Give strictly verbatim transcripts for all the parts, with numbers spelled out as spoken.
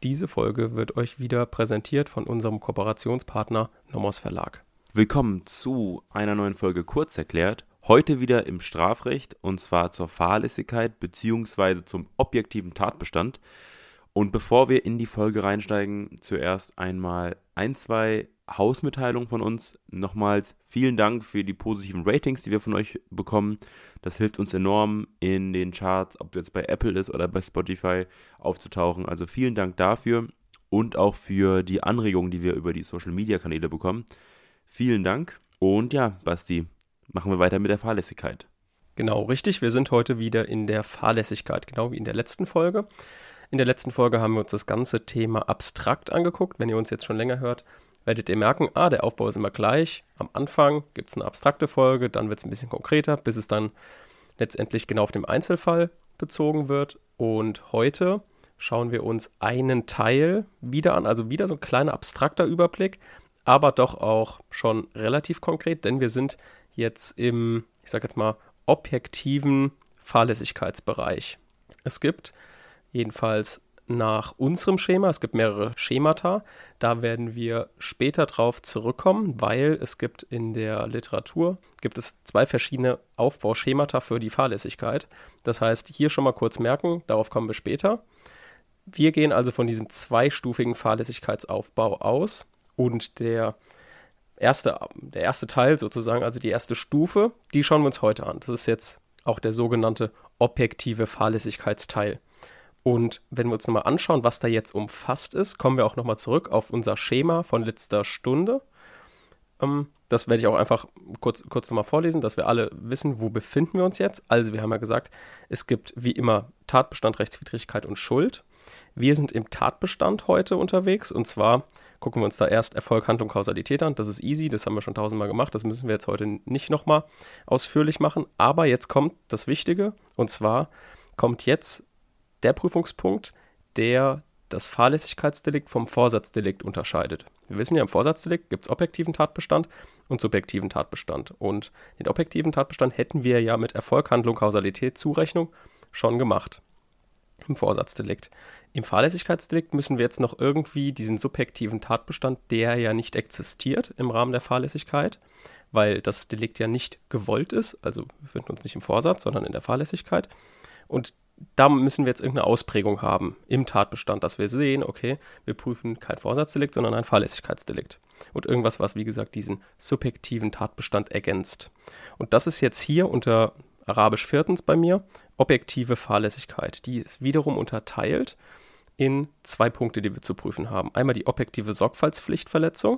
diese Folge wird euch wieder präsentiert von unserem Kooperationspartner Nomos Verlag. Willkommen zu einer neuen Folge Kurzerklärt. Heute wieder im Strafrecht und zwar zur Fahrlässigkeit bzw. zum objektiven Tatbestand. Und bevor wir in die Folge reinsteigen, zuerst einmal ein, zwei Hausmitteilungen von uns. Nochmals vielen Dank für die positiven Ratings, die wir von euch bekommen. Das hilft uns enorm in den Charts, ob das jetzt bei Apple ist oder bei Spotify, aufzutauchen. Also vielen Dank dafür und auch für die Anregungen, die wir über die Social-Media-Kanäle bekommen. Vielen Dank und ja, Basti, machen wir weiter mit der Fahrlässigkeit. Genau, richtig. Wir sind heute wieder in der Fahrlässigkeit, genau wie in der letzten Folge. In der letzten Folge haben wir uns das ganze Thema abstrakt angeguckt. Wenn ihr uns jetzt schon länger hört, werdet ihr merken, ah, der Aufbau ist immer gleich. Am Anfang gibt es eine abstrakte Folge, dann wird es ein bisschen konkreter, bis es dann letztendlich genau auf den Einzelfall bezogen wird. Und heute schauen wir uns einen Teil wieder an, also wieder so ein kleiner abstrakter Überblick, aber doch auch schon relativ konkret, denn wir sind jetzt im, ich sage jetzt mal, objektiven Fahrlässigkeitsbereich. Es gibt jedenfalls nach unserem Schema, es gibt mehrere Schemata, da werden wir später drauf zurückkommen, weil es gibt in der Literatur, gibt es zwei verschiedene Aufbauschemata für die Fahrlässigkeit. Das heißt, hier schon mal kurz merken, darauf kommen wir später. Wir gehen also von diesem zweistufigen Fahrlässigkeitsaufbau aus und der erste, der erste Teil sozusagen, also die erste Stufe, die schauen wir uns heute an. Das ist jetzt auch der sogenannte objektive Fahrlässigkeitsteil. Und wenn wir uns nochmal anschauen, was da jetzt umfasst ist, kommen wir auch nochmal zurück auf unser Schema von letzter Stunde. Ähm, das werde ich auch einfach kurz, kurz nochmal vorlesen, dass wir alle wissen, wo befinden wir uns jetzt. Also wir haben ja gesagt, es gibt wie immer Tatbestand, Rechtswidrigkeit und Schuld. Wir sind im Tatbestand heute unterwegs und zwar gucken wir uns da erst Erfolg, Handlung, Kausalität an. Das ist easy, das haben wir schon tausendmal gemacht, das müssen wir jetzt heute nicht nochmal ausführlich machen. Aber jetzt kommt das Wichtige und zwar kommt jetzt der Prüfungspunkt, der das Fahrlässigkeitsdelikt vom Vorsatzdelikt unterscheidet. Wir wissen ja, im Vorsatzdelikt gibt es objektiven Tatbestand und subjektiven Tatbestand. Und den objektiven Tatbestand hätten wir ja mit Erfolg, Handlung, Kausalität, Zurechnung schon gemacht. Im Vorsatzdelikt. Im Fahrlässigkeitsdelikt müssen wir jetzt noch irgendwie diesen subjektiven Tatbestand, der ja nicht existiert im Rahmen der Fahrlässigkeit, weil das Delikt ja nicht gewollt ist, also wir befinden uns nicht im Vorsatz, sondern in der Fahrlässigkeit. Und da müssen wir jetzt irgendeine Ausprägung haben im Tatbestand, dass wir sehen, okay, wir prüfen kein Vorsatzdelikt, sondern ein Fahrlässigkeitsdelikt. Und irgendwas, was, wie gesagt, diesen subjektiven Tatbestand ergänzt. Und das ist jetzt hier unter Arabisch viertens bei mir, objektive Fahrlässigkeit. Die ist wiederum unterteilt in zwei Punkte, die wir zu prüfen haben. Einmal die objektive Sorgfaltspflichtverletzung,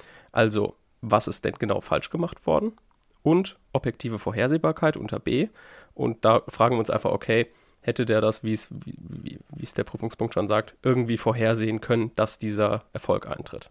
also was ist denn genau falsch gemacht worden? Und objektive Vorhersehbarkeit unter B. Und da fragen wir uns einfach, okay, hätte der das, wie es wie, wie es der Prüfungspunkt schon sagt, irgendwie vorhersehen können, dass dieser Erfolg eintritt.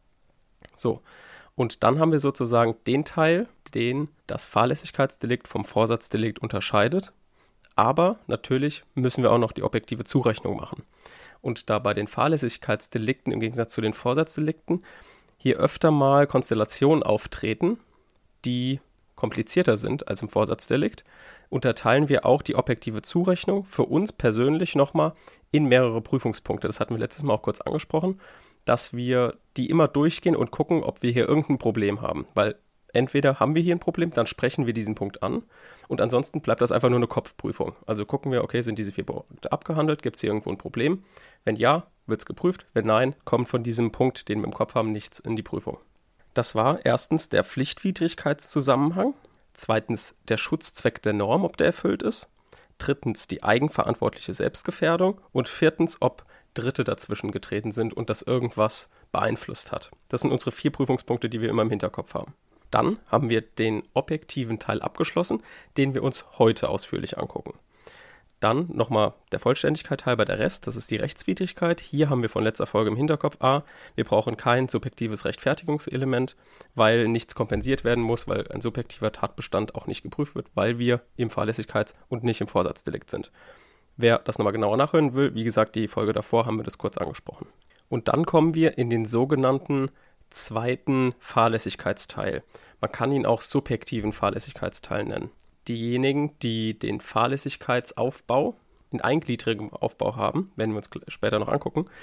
So, und dann haben wir sozusagen den Teil, den das Fahrlässigkeitsdelikt vom Vorsatzdelikt unterscheidet. Aber natürlich müssen wir auch noch die objektive Zurechnung machen. Und da bei den Fahrlässigkeitsdelikten im Gegensatz zu den Vorsatzdelikten hier öfter mal Konstellationen auftreten, die komplizierter sind als im Vorsatzdelikt, unterteilen wir auch die objektive Zurechnung für uns persönlich nochmal in mehrere Prüfungspunkte. Das hatten wir letztes Mal auch kurz angesprochen, dass wir die immer durchgehen und gucken, ob wir hier irgendein Problem haben. Weil entweder haben wir hier ein Problem, dann sprechen wir diesen Punkt an und ansonsten bleibt das einfach nur eine Kopfprüfung. Also gucken wir, okay, sind diese vier Punkte abgehandelt, gibt es hier irgendwo ein Problem? Wenn ja, wird es geprüft. Wenn nein, kommt von diesem Punkt, den wir im Kopf haben, nichts in die Prüfung. Das war erstens der Pflichtwidrigkeitszusammenhang. Zweitens der Schutzzweck der Norm, ob der erfüllt ist. Drittens die eigenverantwortliche Selbstgefährdung. Und viertens, ob Dritte dazwischen getreten sind und das irgendwas beeinflusst hat. Das sind unsere vier Prüfungspunkte, die wir immer im Hinterkopf haben. Dann haben wir den objektiven Teil abgeschlossen, den wir uns heute ausführlich angucken. Dann nochmal der Vollständigkeit halber der Rest, das ist die Rechtswidrigkeit. Hier haben wir von letzter Folge im Hinterkopf, a, wir brauchen kein subjektives Rechtfertigungselement, weil nichts kompensiert werden muss, weil ein subjektiver Tatbestand auch nicht geprüft wird, weil wir im Fahrlässigkeits- und nicht im Vorsatzdelikt sind. Wer das nochmal genauer nachhören will, wie gesagt, die Folge davor haben wir das kurz angesprochen. Und dann kommen wir in den sogenannten zweiten Fahrlässigkeitsteil. Man kann ihn auch subjektiven Fahrlässigkeitsteil nennen. Diejenigen, die den Fahrlässigkeitsaufbau in eingliedrigem Aufbau haben, werden wir uns später noch angucken,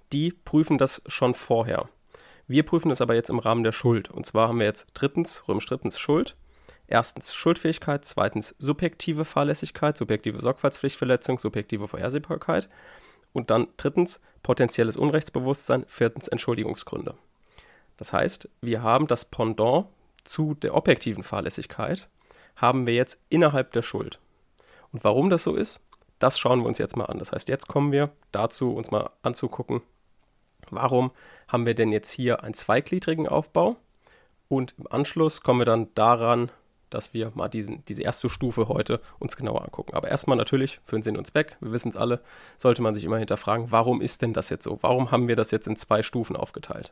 die prüfen das schon vorher. Wir prüfen es aber jetzt im Rahmen der Schuld. Und zwar haben wir jetzt drittens, römisch drittens Schuld. Erstens Schuldfähigkeit, zweitens subjektive Fahrlässigkeit, subjektive Sorgfaltspflichtverletzung, subjektive Vorhersehbarkeit. Und dann drittens potenzielles Unrechtsbewusstsein, viertens Entschuldigungsgründe. Das heißt, wir haben das Pendant zu der objektiven Fahrlässigkeit, haben wir jetzt innerhalb der Schuld. Und warum das so ist, das schauen wir uns jetzt mal an. Das heißt, jetzt kommen wir dazu, uns mal anzugucken, warum haben wir denn jetzt hier einen zweigliedrigen Aufbau? Und im Anschluss kommen wir dann daran, dass wir mal diesen, diese erste Stufe heute uns genauer angucken. Aber erstmal natürlich für den Sinn und Zweck, wir wissen es alle, sollte man sich immer hinterfragen, warum ist denn das jetzt so? Warum haben wir das jetzt in zwei Stufen aufgeteilt?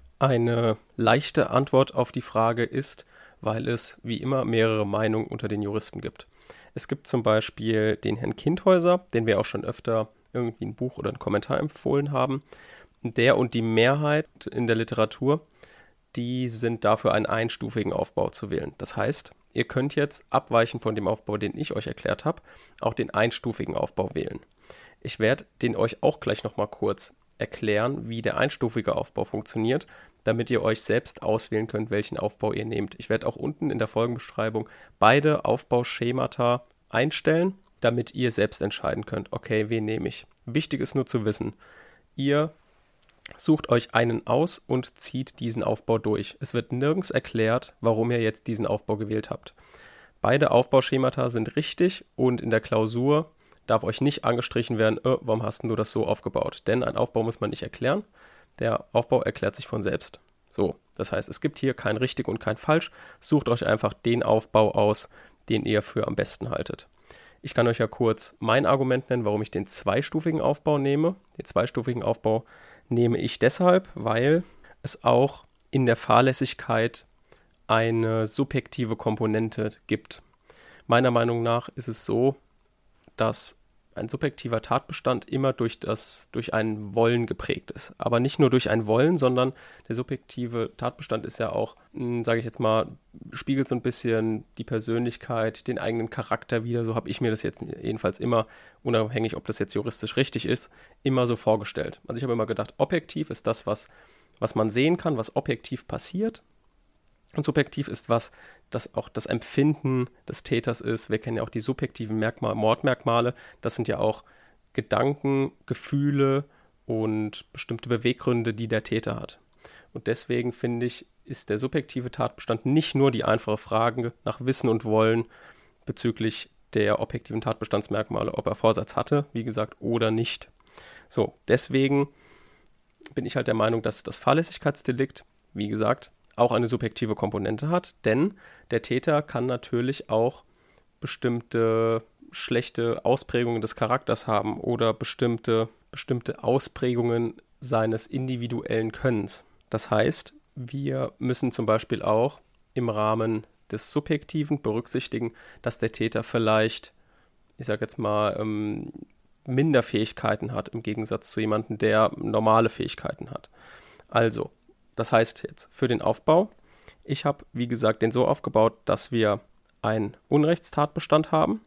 Eine leichte Antwort auf die Frage ist, weil es wie immer mehrere Meinungen unter den Juristen gibt. Es gibt zum Beispiel den Herrn Kindhäuser, den wir auch schon öfter irgendwie ein Buch oder einen Kommentar empfohlen haben. Der und die Mehrheit in der Literatur, die sind dafür, einen einstufigen Aufbau zu wählen. Das heißt, ihr könnt jetzt abweichend von dem Aufbau, den ich euch erklärt habe, auch den einstufigen Aufbau wählen. Ich werde den euch auch gleich nochmal kurz erklären, wie der einstufige Aufbau funktioniert, damit ihr euch selbst auswählen könnt, welchen Aufbau ihr nehmt. Ich werde auch unten in der Folgenbeschreibung beide Aufbauschemata einstellen, damit ihr selbst entscheiden könnt, okay, wen nehme ich. Wichtig ist nur zu wissen, ihr sucht euch einen aus und zieht diesen Aufbau durch. Es wird nirgends erklärt, warum ihr jetzt diesen Aufbau gewählt habt. Beide Aufbauschemata sind richtig und in der Klausur darf euch nicht angestrichen werden, äh, warum hast du das so aufgebaut? Denn ein Aufbau muss man nicht erklären. Der Aufbau erklärt sich von selbst. So, das heißt, es gibt hier kein richtig und kein falsch. Sucht euch einfach den Aufbau aus, den ihr für am besten haltet. Ich kann euch ja kurz mein Argument nennen, warum ich den zweistufigen Aufbau nehme. Den zweistufigen Aufbau nehme ich deshalb, weil es auch in der Fahrlässigkeit eine subjektive Komponente gibt. Meiner Meinung nach ist es so, dass ein subjektiver Tatbestand immer durch das, durch ein Wollen geprägt ist. Aber nicht nur durch ein Wollen, sondern der subjektive Tatbestand ist ja auch, sage ich jetzt mal, spiegelt so ein bisschen die Persönlichkeit, den eigenen Charakter wider. So habe ich mir das jetzt jedenfalls immer, unabhängig, ob das jetzt juristisch richtig ist, immer so vorgestellt. Also ich habe immer gedacht, objektiv ist das, was, was man sehen kann, was objektiv passiert. Und subjektiv ist was, das auch das Empfinden des Täters ist. Wir kennen ja auch die subjektiven Merkmale, Mordmerkmale. Das sind ja auch Gedanken, Gefühle und bestimmte Beweggründe, die der Täter hat. Und deswegen finde ich, ist der subjektive Tatbestand nicht nur die einfache Frage nach Wissen und Wollen bezüglich der objektiven Tatbestandsmerkmale, ob er Vorsatz hatte, wie gesagt, oder nicht. So, deswegen bin ich halt der Meinung, dass das Fahrlässigkeitsdelikt, wie gesagt, auch eine subjektive Komponente hat, denn der Täter kann natürlich auch bestimmte schlechte Ausprägungen des Charakters haben oder bestimmte, bestimmte Ausprägungen seines individuellen Könnens. Das heißt, wir müssen zum Beispiel auch im Rahmen des Subjektiven berücksichtigen, dass der Täter vielleicht, ich sage jetzt mal, ähm, Minderfähigkeiten hat im Gegensatz zu jemandem, der normale Fähigkeiten hat. Also, das heißt jetzt für den Aufbau, ich habe, wie gesagt, den so aufgebaut, dass wir einen Unrechtstatbestand haben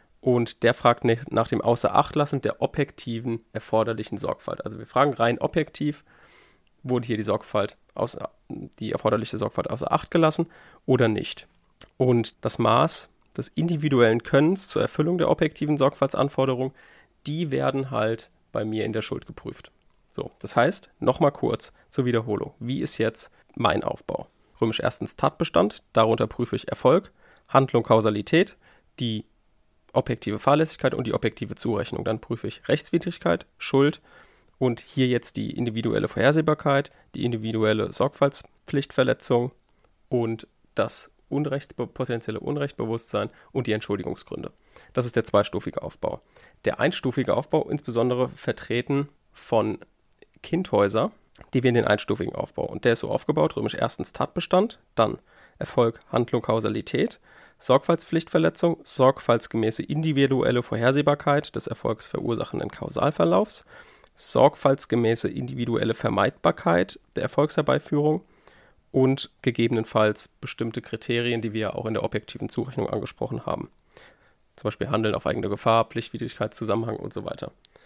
und der fragt nach dem Außerachtlassen der objektiven erforderlichen Sorgfalt. Also wir fragen rein objektiv, wurde hier die Sorgfalt, außer, die erforderliche Sorgfalt außer Acht gelassen oder nicht. Und das Maß des individuellen Könnens zur Erfüllung der objektiven Sorgfaltsanforderung, die werden halt bei mir in der Schuld geprüft. So, das heißt, nochmal kurz zur Wiederholung. Wie ist jetzt mein Aufbau? Römisch erstens Tatbestand, darunter prüfe ich Erfolg, Handlung, Kausalität, die objektive Fahrlässigkeit und die objektive Zurechnung. Dann prüfe ich Rechtswidrigkeit, Schuld und hier jetzt die individuelle Vorhersehbarkeit, die individuelle Sorgfaltspflichtverletzung und das Unrecht, potenzielle Unrechtbewusstsein und die Entschuldigungsgründe. Das ist der zweistufige Aufbau. Der einstufige Aufbau, insbesondere vertreten von Kindhäuser, die wählen den einstufigen Aufbau. Und der ist so aufgebaut, römisch erstens Tatbestand, dann Erfolg, Handlung, Kausalität, Sorgfaltspflichtverletzung, sorgfaltsgemäße individuelle Vorhersehbarkeit des erfolgsverursachenden Kausalverlaufs, sorgfaltsgemäße individuelle Vermeidbarkeit der Erfolgsherbeiführung und gegebenenfalls bestimmte Kriterien, die wir ja auch in der objektiven Zurechnung angesprochen haben. Zum Beispiel Handeln auf eigene Gefahr, Pflichtwidrigkeit, Zusammenhang und so weiter.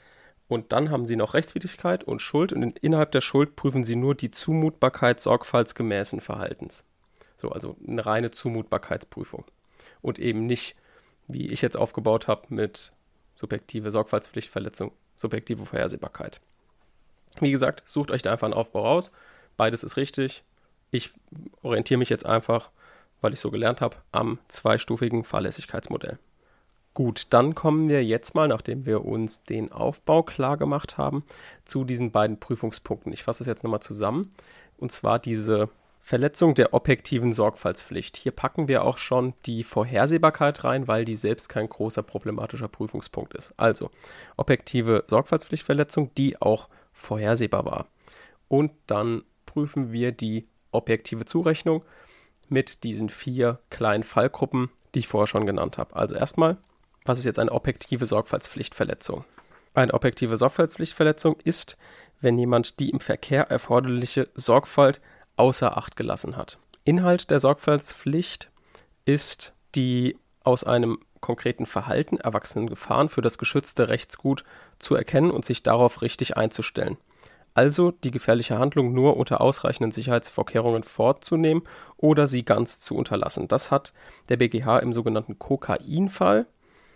Und dann haben sie noch Rechtswidrigkeit und Schuld und innerhalb der Schuld prüfen sie nur die Zumutbarkeit sorgfaltsgemäßen Verhaltens. So, also eine reine Zumutbarkeitsprüfung. Und eben nicht, wie ich jetzt aufgebaut habe, mit subjektive Sorgfaltspflichtverletzung, subjektive Vorhersehbarkeit. Wie gesagt, sucht euch da einfach einen Aufbau raus. Beides ist richtig. Ich orientiere mich jetzt einfach, weil ich so gelernt habe, am zweistufigen Fahrlässigkeitsmodell. Gut, dann kommen wir jetzt mal, nachdem wir uns den Aufbau klar gemacht haben, zu diesen beiden Prüfungspunkten. Ich fasse das jetzt nochmal zusammen. Und zwar diese Verletzung der objektiven Sorgfaltspflicht. Hier packen wir auch schon die Vorhersehbarkeit rein, weil die selbst kein großer problematischer Prüfungspunkt ist. Also objektive Sorgfaltspflichtverletzung, die auch vorhersehbar war. Und dann prüfen wir die objektive Zurechnung mit diesen vier kleinen Fallgruppen, die ich vorher schon genannt habe. Also erstmal, was ist jetzt eine objektive Sorgfaltspflichtverletzung? Eine objektive Sorgfaltspflichtverletzung ist, wenn jemand die im Verkehr erforderliche Sorgfalt außer Acht gelassen hat. Inhalt der Sorgfaltspflicht ist die aus einem konkreten Verhalten erwachsenen Gefahren für das geschützte Rechtsgut zu erkennen und sich darauf richtig einzustellen. Also die gefährliche Handlung nur unter ausreichenden Sicherheitsvorkehrungen vorzunehmen oder sie ganz zu unterlassen. Das hat der B G H im sogenannten Kokain-Fall,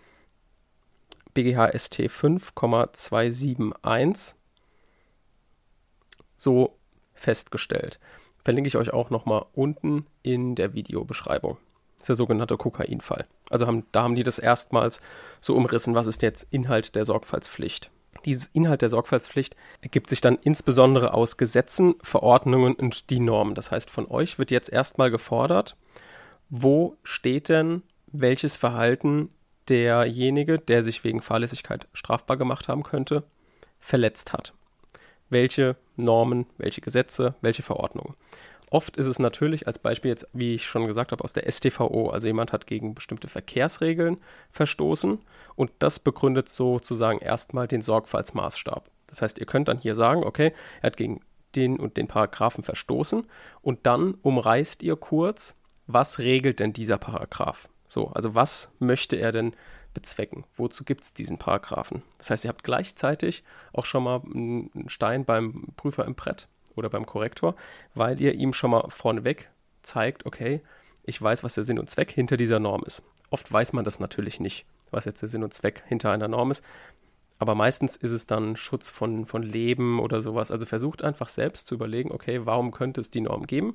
B G H S T fünf Komma zwei sieben eins, so festgestellt. Verlinke ich euch auch nochmal unten in der Videobeschreibung. Das ist der sogenannte Kokain-Fall. Also haben, da haben die das erstmals so umrissen, was ist jetzt Inhalt der Sorgfaltspflicht. Dieses Inhalt der Sorgfaltspflicht ergibt sich dann insbesondere aus Gesetzen, Verordnungen und die Normen. Das heißt, von euch wird jetzt erstmal gefordert, wo steht denn welches Verhalten derjenige, der sich wegen Fahrlässigkeit strafbar gemacht haben könnte, verletzt hat. Welche Normen, welche Gesetze, welche Verordnungen. Oft ist es natürlich, als Beispiel jetzt, wie ich schon gesagt habe, aus der S t V O, also jemand hat gegen bestimmte Verkehrsregeln verstoßen und das begründet sozusagen erstmal den Sorgfaltsmaßstab. Das heißt, ihr könnt dann hier sagen, okay, er hat gegen den und den Paragraphen verstoßen und dann umreißt ihr kurz, was regelt denn dieser Paragraph? So, also was möchte er denn bezwecken? Wozu gibt es diesen Paragraphen? Das heißt, ihr habt gleichzeitig auch schon mal einen Stein beim Prüfer im Brett oder beim Korrektor, weil ihr ihm schon mal vorneweg zeigt, okay, ich weiß, was der Sinn und Zweck hinter dieser Norm ist. Oft weiß man das natürlich nicht, was jetzt der Sinn und Zweck hinter einer Norm ist, aber meistens ist es dann Schutz von, von Leben oder sowas. Also versucht einfach selbst zu überlegen, okay, warum könnte es die Norm geben?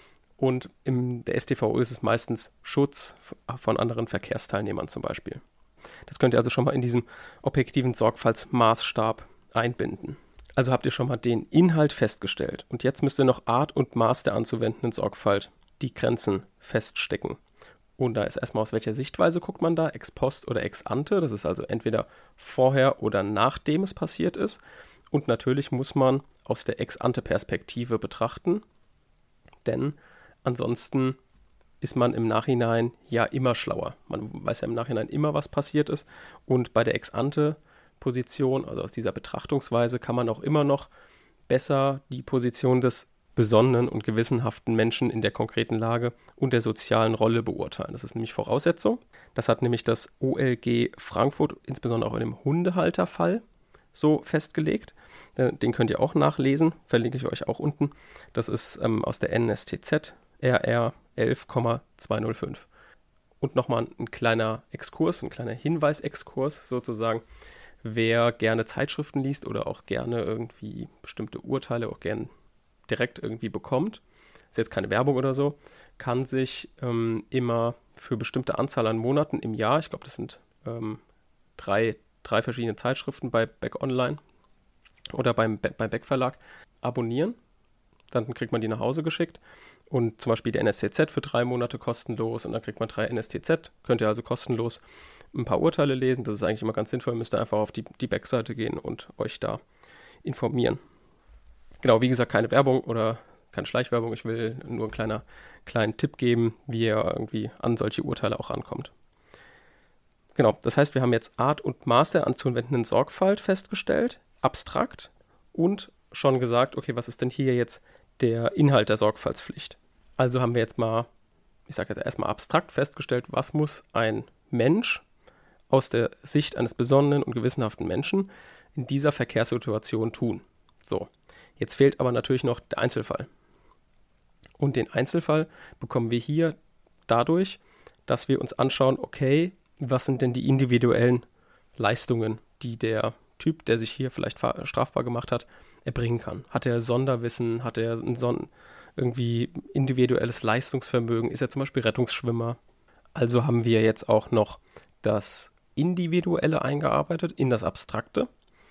Und in der S t V O ist es meistens Schutz von anderen Verkehrsteilnehmern zum Beispiel. Das könnt ihr also schon mal in diesem objektiven Sorgfaltsmaßstab einbinden. Also habt ihr schon mal den Inhalt festgestellt. Und jetzt müsst ihr noch Art und Maß der anzuwendenden Sorgfalt, die Grenzen feststecken. Und da ist erstmal, aus welcher Sichtweise guckt man da, ex post oder ex ante. Das ist also entweder vorher oder nachdem es passiert ist. Und natürlich muss man aus der ex ante Perspektive betrachten, denn ansonsten ist man im Nachhinein ja immer schlauer. Man weiß ja im Nachhinein immer, was passiert ist. Und bei der ex ante Position, also aus dieser Betrachtungsweise, kann man auch immer noch besser die Position des besonnenen und gewissenhaften Menschen in der konkreten Lage und der sozialen Rolle beurteilen. Das ist nämlich Voraussetzung. Das hat nämlich das O L G Frankfurt, insbesondere auch in dem Hundehalterfall, so festgelegt. Den könnt ihr auch nachlesen, verlinke ich euch auch unten. Das ist ähm, aus der N S T Z R R elf Komma zweihundertfünf. Und nochmal ein kleiner Exkurs, ein kleiner Hinweisexkurs sozusagen. Wer gerne Zeitschriften liest oder auch gerne irgendwie bestimmte Urteile auch gerne direkt irgendwie bekommt, ist jetzt keine Werbung oder so, kann sich ähm, immer für bestimmte Anzahl an Monaten im Jahr, ich glaube, das sind ähm, drei, drei verschiedene Zeitschriften bei Beck Online oder beim, beim Beck Verlag, abonnieren. Dann kriegt man die nach Hause geschickt und zum Beispiel die N S T Z für drei Monate kostenlos und dann kriegt man drei N S T Z, könnt ihr also kostenlos ein paar Urteile lesen. Das ist eigentlich immer ganz sinnvoll, müsst ihr einfach auf die, die Beck-Seite gehen und euch da informieren. Genau, wie gesagt, keine Werbung oder keine Schleichwerbung. Ich will nur einen kleiner, kleinen Tipp geben, wie ihr irgendwie an solche Urteile auch rankommt. Genau, das heißt, wir haben jetzt Art und Maß der anzuwendenden Sorgfalt festgestellt, abstrakt und schon gesagt, okay, was ist denn hier jetzt der Inhalt der Sorgfaltspflicht? Also haben wir jetzt mal, ich sage jetzt erstmal abstrakt festgestellt, was muss ein Mensch aus der Sicht eines besonnenen und gewissenhaften Menschen in dieser Verkehrssituation tun? So, jetzt fehlt aber natürlich noch der Einzelfall. Und den Einzelfall bekommen wir hier dadurch, dass wir uns anschauen, okay, was sind denn die individuellen Leistungen, die der Typ, der sich hier vielleicht strafbar gemacht hat, erbringen kann. Hat er Sonderwissen, hat er ein Son- irgendwie individuelles Leistungsvermögen, ist er zum Beispiel Rettungsschwimmer? Also haben wir jetzt auch noch das Individuelle eingearbeitet in das Abstrakte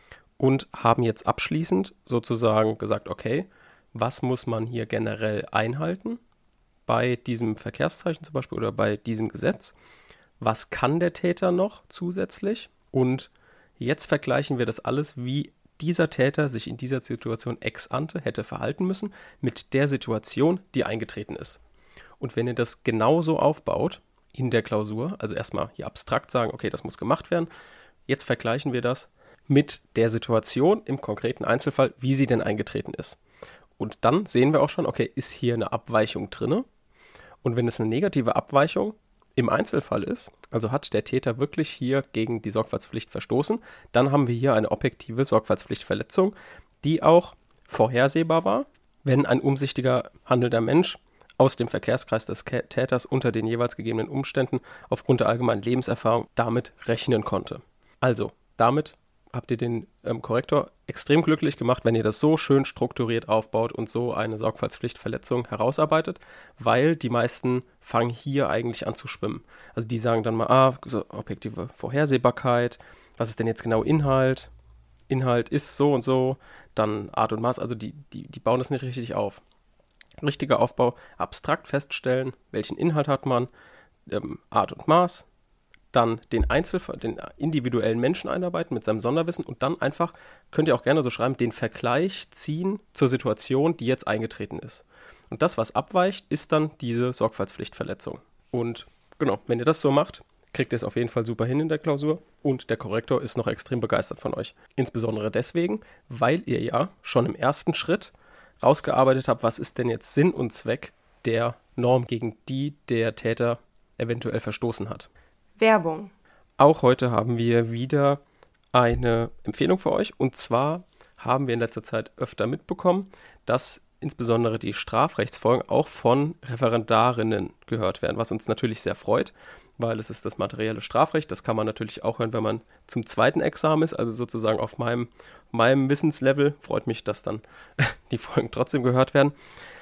und haben jetzt abschließend sozusagen gesagt, okay, was muss man hier generell einhalten bei diesem Verkehrszeichen zum Beispiel oder bei diesem Gesetz? Was kann der Täter noch zusätzlich? Und jetzt vergleichen wir das alles, wie dieser Täter sich in dieser Situation ex ante hätte verhalten müssen mit der Situation, die eingetreten ist. Und wenn ihr das genauso aufbaut in der Klausur, also erstmal hier abstrakt sagen, okay, das muss gemacht werden, jetzt vergleichen wir das mit der Situation im konkreten Einzelfall, wie sie denn eingetreten ist. Und dann sehen wir auch schon, okay, ist hier eine Abweichung drin? Und wenn es eine negative Abweichung im Einzelfall ist, also hat der Täter wirklich hier gegen die Sorgfaltspflicht verstoßen, dann haben wir hier eine objektive Sorgfaltspflichtverletzung, die auch vorhersehbar war, wenn ein umsichtiger handelnder Mensch aus dem Verkehrskreis des Täters unter den jeweils gegebenen Umständen aufgrund der allgemeinen Lebenserfahrung damit rechnen konnte. Also, damit habt ihr den ähm, Korrektor extrem glücklich gemacht, wenn ihr das so schön strukturiert aufbaut und so eine Sorgfaltspflichtverletzung herausarbeitet, weil die meisten fangen hier eigentlich an zu schwimmen. Also die sagen dann mal, ah, so objektive Vorhersehbarkeit, was ist denn jetzt genau Inhalt? Inhalt ist so und so, dann Art und Maß, also die, die, die bauen das nicht richtig auf. Richtiger Aufbau, abstrakt feststellen, welchen Inhalt hat man, ähm, Art und Maß, dann den Einzelfall, den individuellen Menschen einarbeiten mit seinem Sonderwissen und dann einfach, könnt ihr auch gerne so schreiben, den Vergleich ziehen zur Situation, die jetzt eingetreten ist. Und das, was abweicht, ist dann diese Sorgfaltspflichtverletzung. Und genau, wenn ihr das so macht, kriegt ihr es auf jeden Fall super hin in der Klausur und der Korrektor ist noch extrem begeistert von euch. Insbesondere deswegen, weil ihr ja schon im ersten Schritt rausgearbeitet habt, was ist denn jetzt Sinn und Zweck der Norm, gegen die der Täter eventuell verstoßen hat. Werbung. Auch heute haben wir wieder eine Empfehlung für euch. Und zwar haben wir in letzter Zeit öfter mitbekommen, dass insbesondere die Strafrechtsfolgen auch von Referendarinnen gehört werden, was uns natürlich sehr freut, weil es ist das materielle Strafrecht. Das kann man natürlich auch hören, wenn man zum zweiten Examen ist, also sozusagen auf meinem, meinem Wissenslevel. Freut mich, dass dann die Folgen trotzdem gehört werden.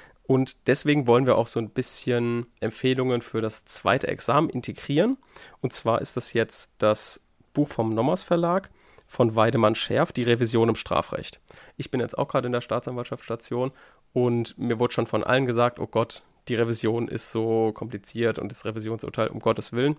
Und deswegen wollen wir auch so ein bisschen Empfehlungen für das zweite Examen integrieren. Und zwar ist das jetzt das Buch vom Nommers Verlag von Weidemann-Scherf, die Revision im Strafrecht. Ich bin jetzt auch gerade in der Staatsanwaltschaftsstation und mir wurde schon von allen gesagt, oh Gott, die Revision ist so kompliziert und das Revisionsurteil, um Gottes Willen.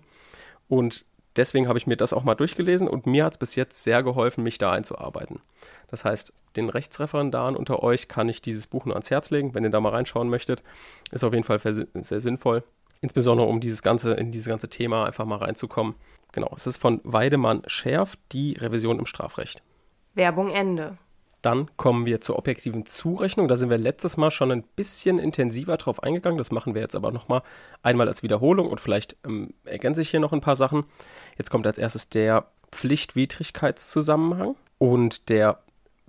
Und deswegen habe ich mir das auch mal durchgelesen und mir hat es bis jetzt sehr geholfen, mich da einzuarbeiten. Das heißt, den Rechtsreferendaren unter euch kann ich dieses Buch nur ans Herz legen, wenn ihr da mal reinschauen möchtet. Ist auf jeden Fall sehr sinnvoll, insbesondere um dieses ganze, in dieses ganze Thema einfach mal reinzukommen. Genau, es ist von Weidemann-Scherf, die Revision im Strafrecht. Werbung Ende. Dann kommen wir zur objektiven Zurechnung. Da sind wir letztes Mal schon ein bisschen intensiver drauf eingegangen. Das machen wir jetzt aber nochmal einmal als Wiederholung und vielleicht ähm, ergänze ich hier noch ein paar Sachen. Jetzt kommt als erstes der Pflichtwidrigkeitszusammenhang. Und der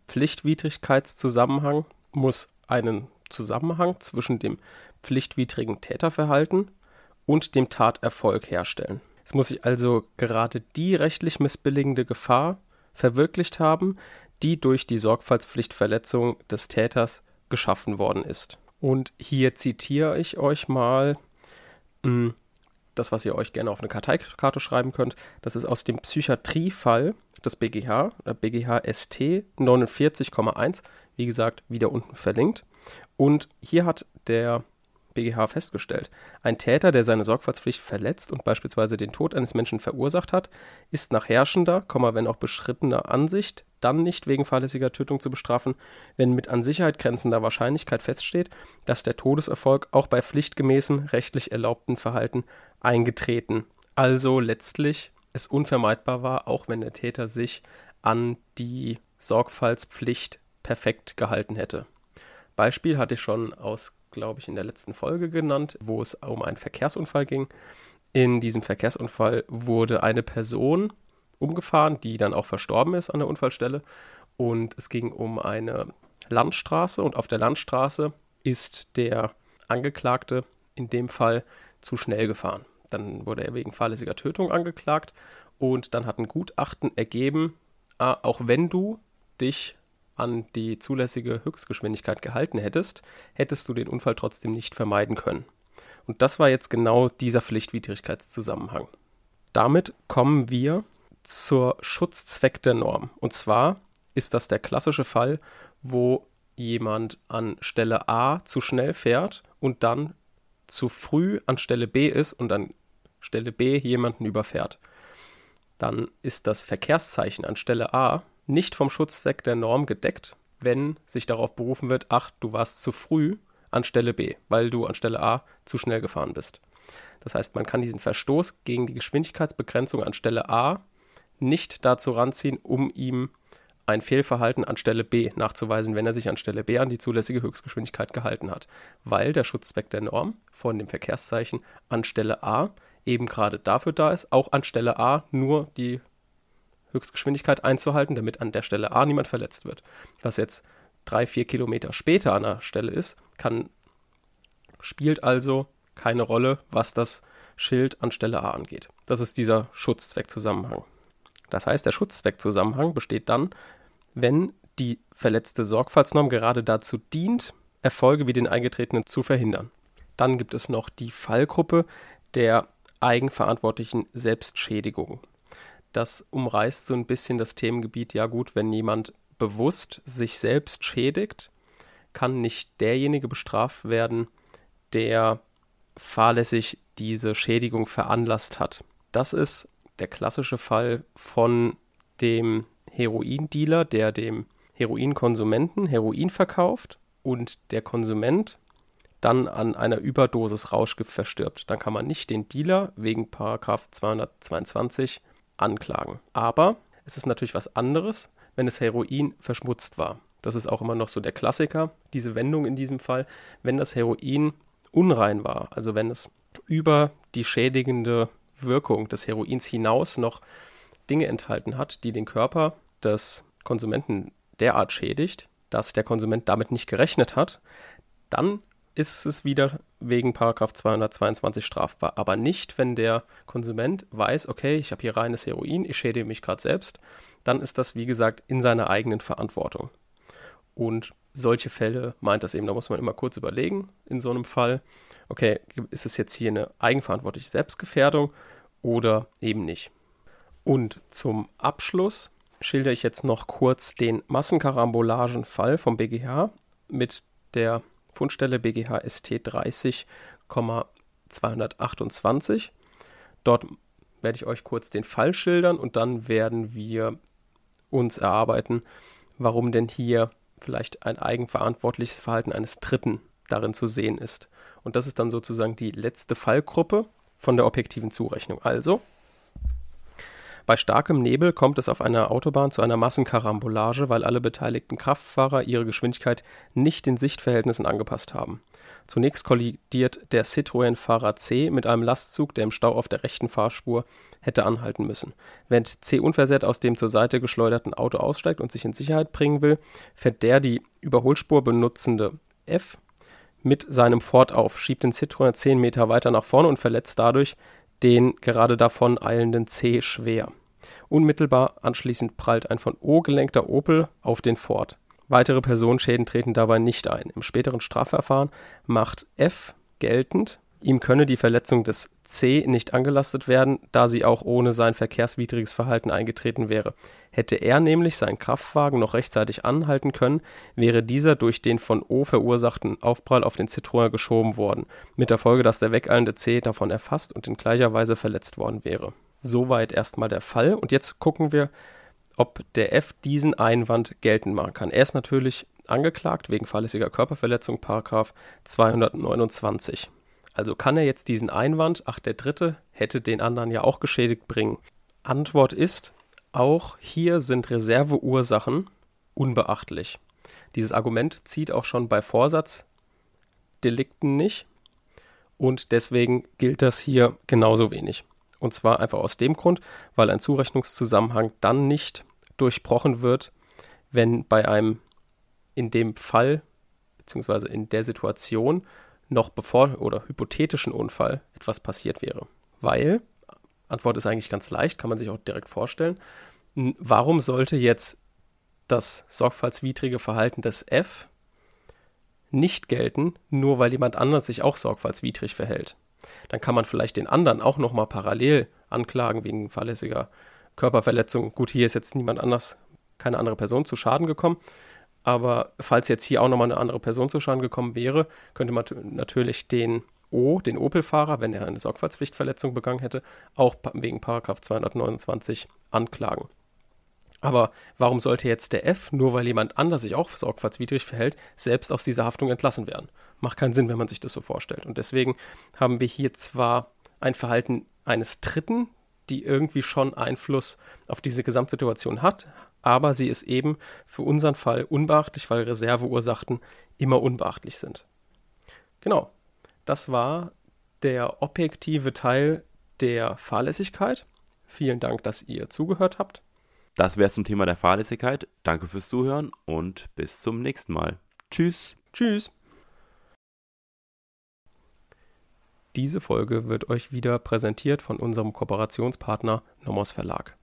Pflichtwidrigkeitszusammenhang muss einen Zusammenhang zwischen dem pflichtwidrigen Täterverhalten und dem Taterfolg herstellen. Es muss sich also gerade die rechtlich missbilligende Gefahr verwirklicht haben, die durch die Sorgfaltspflichtverletzung des Täters geschaffen worden ist. Und hier zitiere ich euch mal mh, das, was ihr euch gerne auf eine Karteikarte schreiben könnt. Das ist aus dem Psychiatriefall des B G H, B G H S T neunundvierzig Komma eins, wie gesagt, wieder unten verlinkt. Und hier hat der B G H festgestellt, ein Täter, der seine Sorgfaltspflicht verletzt und beispielsweise den Tod eines Menschen verursacht hat, ist nach herrschender, wenn auch beschrittener Ansicht dann nicht wegen fahrlässiger Tötung zu bestrafen, wenn mit an Sicherheit grenzender Wahrscheinlichkeit feststeht, dass der Todeserfolg auch bei pflichtgemäßem rechtlich erlaubten Verhalten eingetreten, also letztlich es unvermeidbar war, auch wenn der Täter sich an die Sorgfaltspflicht perfekt gehalten hätte. Beispiel hatte ich schon aus, glaube ich, in der letzten Folge genannt, wo es um einen Verkehrsunfall ging. In diesem Verkehrsunfall wurde eine Person umgefahren, die dann auch verstorben ist an der Unfallstelle. Und es ging um eine Landstraße und auf der Landstraße ist der Angeklagte in dem Fall zu schnell gefahren. Dann wurde er wegen fahrlässiger Tötung angeklagt und dann hat ein Gutachten ergeben, ah, auch wenn du dich an die zulässige Höchstgeschwindigkeit gehalten hättest, hättest du den Unfall trotzdem nicht vermeiden können. Und das war jetzt genau dieser Pflichtwidrigkeitszusammenhang. Damit kommen wir zur Schutzzweck der Norm. Und zwar ist das der klassische Fall, wo jemand an Stelle A zu schnell fährt und dann zu früh an Stelle B ist und an Stelle B jemanden überfährt. Dann ist das Verkehrszeichen an Stelle A nicht vom Schutzzweck der Norm gedeckt, wenn sich darauf berufen wird, ach, du warst zu früh an Stelle B, weil du an Stelle A zu schnell gefahren bist. Das heißt, man kann diesen Verstoß gegen die Geschwindigkeitsbegrenzung an Stelle A nicht dazu ranziehen, um ihm ein Fehlverhalten an Stelle B nachzuweisen, wenn er sich an Stelle B an die zulässige Höchstgeschwindigkeit gehalten hat, weil der Schutzzweck der Norm von dem Verkehrszeichen an Stelle A eben gerade dafür da ist, auch an Stelle A nur die Höchstgeschwindigkeit einzuhalten, damit an der Stelle A niemand verletzt wird. Was jetzt drei, vier Kilometer später an der Stelle ist, kann, spielt also keine Rolle, was das Schild an Stelle A angeht. Das ist dieser Schutzzweckzusammenhang. Das heißt, der Schutzzweckzusammenhang besteht dann, wenn die verletzte Sorgfaltsnorm gerade dazu dient, Erfolge wie den eingetretenen zu verhindern. Dann gibt es noch die Fallgruppe der eigenverantwortlichen Selbstschädigung. Das umreißt so ein bisschen das Themengebiet, ja gut, wenn jemand bewusst sich selbst schädigt, kann nicht derjenige bestraft werden, der fahrlässig diese Schädigung veranlasst hat. Das ist der klassische Fall von dem Heroindealer, der dem Heroinkonsumenten Heroin verkauft und der Konsument dann an einer Überdosis Rauschgift verstirbt. Dann kann man nicht den Dealer wegen Paragraph zweihundertzweiundzwanzig anklagen. Aber es ist natürlich was anderes, wenn das Heroin verschmutzt war. Das ist auch immer noch so der Klassiker, diese Wendung in diesem Fall. Wenn das Heroin unrein war, also wenn es über die schädigende Wirkung des Heroins hinaus noch Dinge enthalten hat, die den Körper des Konsumenten derart schädigt, dass der Konsument damit nicht gerechnet hat, dann ist es wieder wegen Paragraph zweihundertzweiundzwanzig strafbar. Aber nicht, wenn der Konsument weiß, okay, ich habe hier reines Heroin, ich schädige mich gerade selbst, dann ist das, wie gesagt, in seiner eigenen Verantwortung. Und solche Fälle meint das eben, da muss man immer kurz überlegen in so einem Fall, okay, ist es jetzt hier eine eigenverantwortliche Selbstgefährdung oder eben nicht. Und zum Abschluss schildere ich jetzt noch kurz den Massenkarambolagenfall vom B G H mit der Fundstelle B G H S T dreißig zweihundertachtundzwanzig. Dort werde ich euch kurz den Fall schildern und dann werden wir uns erarbeiten, warum denn hier vielleicht ein eigenverantwortliches Verhalten eines Dritten darin zu sehen ist. Und das ist dann sozusagen die letzte Fallgruppe von der objektiven Zurechnung. Also, bei starkem Nebel kommt es auf einer Autobahn zu einer Massenkarambolage, weil alle beteiligten Kraftfahrer ihre Geschwindigkeit nicht den Sichtverhältnissen angepasst haben. Zunächst kollidiert der Citroën-Fahrer C mit einem Lastzug, der im Stau auf der rechten Fahrspur hätte anhalten müssen. Während C unversehrt aus dem zur Seite geschleuderten Auto aussteigt und sich in Sicherheit bringen will, fährt der die Überholspur benutzende F mit seinem Ford auf, schiebt den Citroën zehn Meter weiter nach vorne und verletzt dadurch den gerade davon eilenden C schwer. Unmittelbar anschließend prallt ein von O gelenkter Opel auf den Ford. Weitere Personenschäden treten dabei nicht ein. Im späteren Strafverfahren macht F geltend, ihm könne die Verletzung des C nicht angelastet werden, da sie auch ohne sein verkehrswidriges Verhalten eingetreten wäre. Hätte er nämlich seinen Kraftwagen noch rechtzeitig anhalten können, wäre dieser durch den von O verursachten Aufprall auf den Citroën geschoben worden, mit der Folge, dass der wegeilende C davon erfasst und in gleicher Weise verletzt worden wäre. Soweit erstmal der Fall. Und jetzt gucken wir, ob der F diesen Einwand geltend machen kann. Er ist natürlich angeklagt wegen fahrlässiger Körperverletzung, Paragraph zweihundertneunundzwanzig. Also kann er jetzt diesen Einwand, ach, der Dritte hätte den anderen ja auch geschädigt, bringen? Antwort ist, auch hier sind Reserveursachen unbeachtlich. Dieses Argument zieht auch schon bei Vorsatzdelikten nicht und deswegen gilt das hier genauso wenig. Und zwar einfach aus dem Grund, weil ein Zurechnungszusammenhang dann nicht durchbrochen wird, wenn bei einem in dem Fall beziehungsweise in der Situation noch bevor oder hypothetischen Unfall etwas passiert wäre. Weil, Antwort ist eigentlich ganz leicht, kann man sich auch direkt vorstellen, warum sollte jetzt das sorgfaltswidrige Verhalten des F nicht gelten, nur weil jemand anders sich auch sorgfaltswidrig verhält? Dann kann man vielleicht den anderen auch nochmal parallel anklagen wegen fahrlässiger Körperverletzung. Gut, hier ist jetzt niemand anders, keine andere Person zu Schaden gekommen, aber falls jetzt hier auch nochmal eine andere Person zu Schaden gekommen wäre, könnte man natürlich den O, den Opel-Fahrer, wenn er eine Sorgfaltspflichtverletzung begangen hätte, auch wegen Paragraph zweihundertneunundzwanzig anklagen. Aber warum sollte jetzt der F, nur weil jemand anders sich auch sorgfaltswidrig verhält, selbst aus dieser Haftung entlassen werden? Macht keinen Sinn, wenn man sich das so vorstellt. Und deswegen haben wir hier zwar ein Verhalten eines Dritten, die irgendwie schon Einfluss auf diese Gesamtsituation hat, aber sie ist eben für unseren Fall unbeachtlich, weil Reserveursachen immer unbeachtlich sind. Genau, das war der objektive Teil der Fahrlässigkeit. Vielen Dank, dass ihr zugehört habt. Das wäre es zum Thema der Fahrlässigkeit. Danke fürs Zuhören und bis zum nächsten Mal. Tschüss. Tschüss. Diese Folge wird euch wieder präsentiert von unserem Kooperationspartner Nomos Verlag.